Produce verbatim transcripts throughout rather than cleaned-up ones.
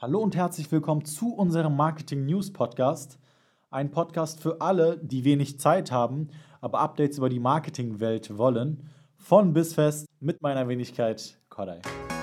Hallo und herzlich willkommen zu unserem Marketing News Podcast. Ein Podcast für alle, die wenig Zeit haben, aber Updates über die Marketingwelt wollen. Von bis fest mit meiner Wenigkeit Kodai.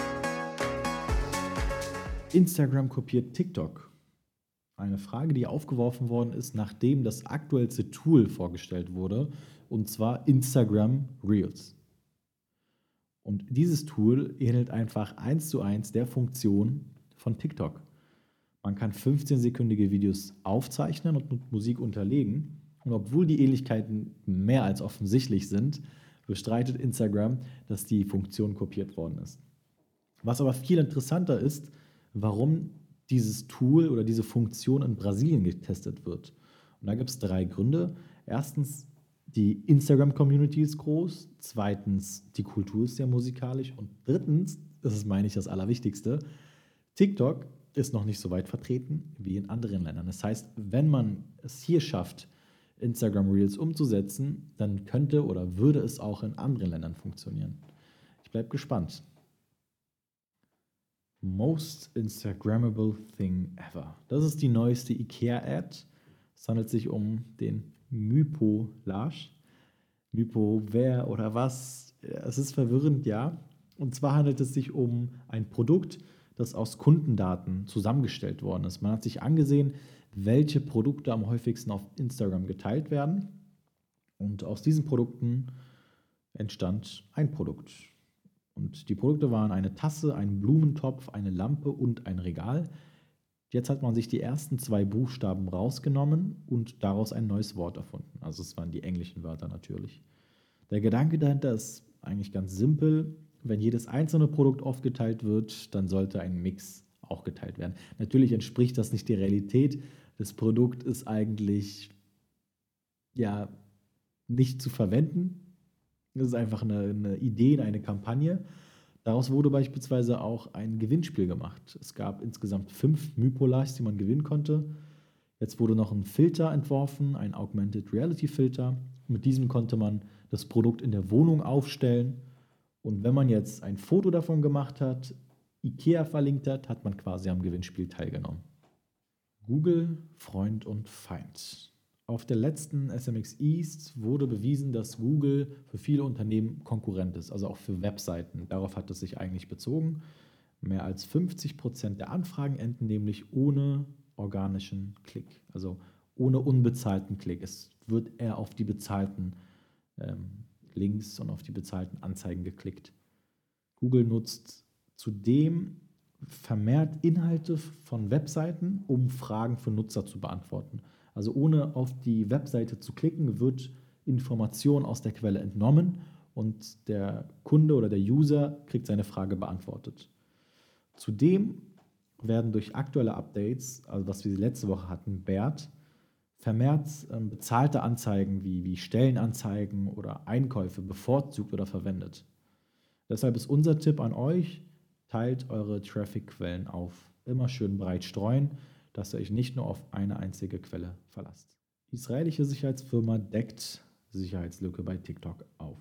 Instagram kopiert TikTok. Eine Frage, die aufgeworfen worden ist, nachdem das aktuellste Tool vorgestellt wurde, und zwar Instagram Reels. Und dieses Tool ähnelt einfach eins zu eins der Funktion von TikTok. Man kann fünfzehn-sekündige Videos aufzeichnen und mit Musik unterlegen. Und obwohl die Ähnlichkeiten mehr als offensichtlich sind, bestreitet Instagram, dass die Funktion kopiert worden ist. Was aber viel interessanter ist, warum dieses Tool oder diese Funktion in Brasilien getestet wird. Und da gibt es drei Gründe. Erstens, die Instagram-Community ist groß. Zweitens, die Kultur ist sehr musikalisch. Und drittens, das ist, meine ich, das Allerwichtigste, TikTok ist noch nicht so weit vertreten wie in anderen Ländern. Das heißt, wenn man es hier schafft, Instagram Reels umzusetzen, dann könnte oder würde es auch in anderen Ländern funktionieren. Ich bleibe gespannt. Most Instagrammable Thing Ever. Das ist die neueste IKEA-Ad. Es handelt sich um den Mypo-Lash. Mypo, wer oder was? Es ist verwirrend, ja. Und zwar handelt es sich um ein Produkt, das aus Kundendaten zusammengestellt worden ist. Man hat sich angesehen, welche Produkte am häufigsten auf Instagram geteilt werden. Und aus diesen Produkten entstand ein Produkt. Und die Produkte waren eine Tasse, ein Blumentopf, eine Lampe und ein Regal. Jetzt hat man sich die ersten zwei Buchstaben rausgenommen und daraus ein neues Wort erfunden. Also es waren die englischen Wörter natürlich. Der Gedanke dahinter ist eigentlich ganz simpel. Wenn jedes einzelne Produkt aufgeteilt wird, dann sollte ein Mix auch geteilt werden. Natürlich entspricht das nicht der Realität. Das Produkt ist eigentlich ja nicht zu verwenden. Das ist einfach eine, eine Idee, eine Kampagne. Daraus wurde beispielsweise auch ein Gewinnspiel gemacht. Es gab insgesamt fünf Mypo-Lashs, die man gewinnen konnte. Jetzt wurde noch ein Filter entworfen, ein Augmented Reality Filter. Mit diesem konnte man das Produkt in der Wohnung aufstellen. Und wenn man jetzt ein Foto davon gemacht hat, IKEA verlinkt hat, hat man quasi am Gewinnspiel teilgenommen. Google, Freund und Feind. Auf der letzten S M X East wurde bewiesen, dass Google für viele Unternehmen Konkurrent ist, also auch für Webseiten. Darauf hat es sich eigentlich bezogen. Mehr als fünfzig Prozent der Anfragen enden nämlich ohne organischen Klick, also ohne unbezahlten Klick. Es wird eher auf die bezahlten ähm, Links und auf die bezahlten Anzeigen geklickt. Google nutzt zudem vermehrt Inhalte von Webseiten, um Fragen von Nutzer zu beantworten. Also ohne auf die Webseite zu klicken, wird Information aus der Quelle entnommen und der Kunde oder der User kriegt seine Frage beantwortet. Zudem werden durch aktuelle Updates, also was wir letzte Woche hatten, B E R T, vermehrt ähm, bezahlte Anzeigen wie, wie Stellenanzeigen oder Einkäufe bevorzugt oder verwendet. Deshalb ist unser Tipp an euch, teilt eure Traffic-Quellen auf. Immer schön breit streuen, dass ihr euch nicht nur auf eine einzige Quelle verlasst. Die israelische Sicherheitsfirma deckt Sicherheitslücke bei TikTok auf.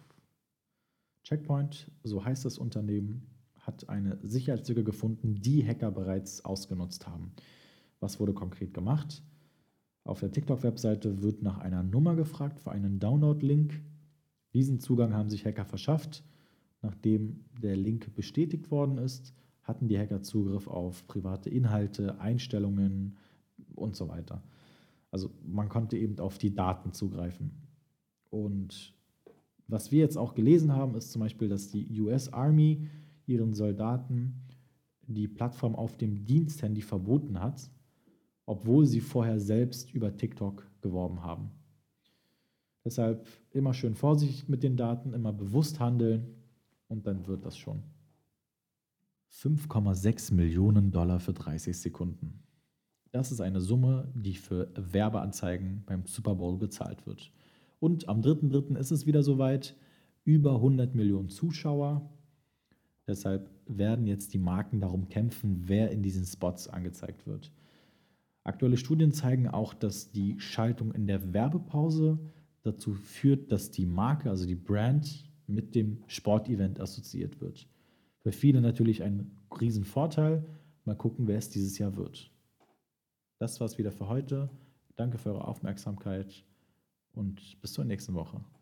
Checkpoint, so heißt das Unternehmen, hat eine Sicherheitslücke gefunden, die Hacker bereits ausgenutzt haben. Was wurde konkret gemacht? Auf der TikTok-Webseite wird nach einer Nummer gefragt für einen Download-Link. Diesen Zugang haben sich Hacker verschafft. Nachdem der Link bestätigt worden ist, hatten die Hacker Zugriff auf private Inhalte, Einstellungen und so weiter. Also man konnte eben auf die Daten zugreifen. Und was wir jetzt auch gelesen haben, ist zum Beispiel, dass die U S Army ihren Soldaten die Plattform auf dem Diensthandy verboten hat, obwohl sie vorher selbst über TikTok geworben haben. Deshalb immer schön vorsichtig mit den Daten, immer bewusst handeln und dann wird das schon. fünf Komma sechs Millionen Dollar für dreißig Sekunden. Das ist eine Summe, die für Werbeanzeigen beim Super Bowl bezahlt wird. Und am dritten dritten ist es wieder soweit, über hundert Millionen Zuschauer. Deshalb werden jetzt die Marken darum kämpfen, wer in diesen Spots angezeigt wird. Aktuelle Studien zeigen auch, dass die Schaltung in der Werbepause dazu führt, dass die Marke, also die Brand, mit dem Sportevent assoziiert wird. Für viele natürlich ein Riesenvorteil. Mal gucken, wer es dieses Jahr wird. Das war's wieder für heute. Danke für eure Aufmerksamkeit und bis zur nächsten Woche.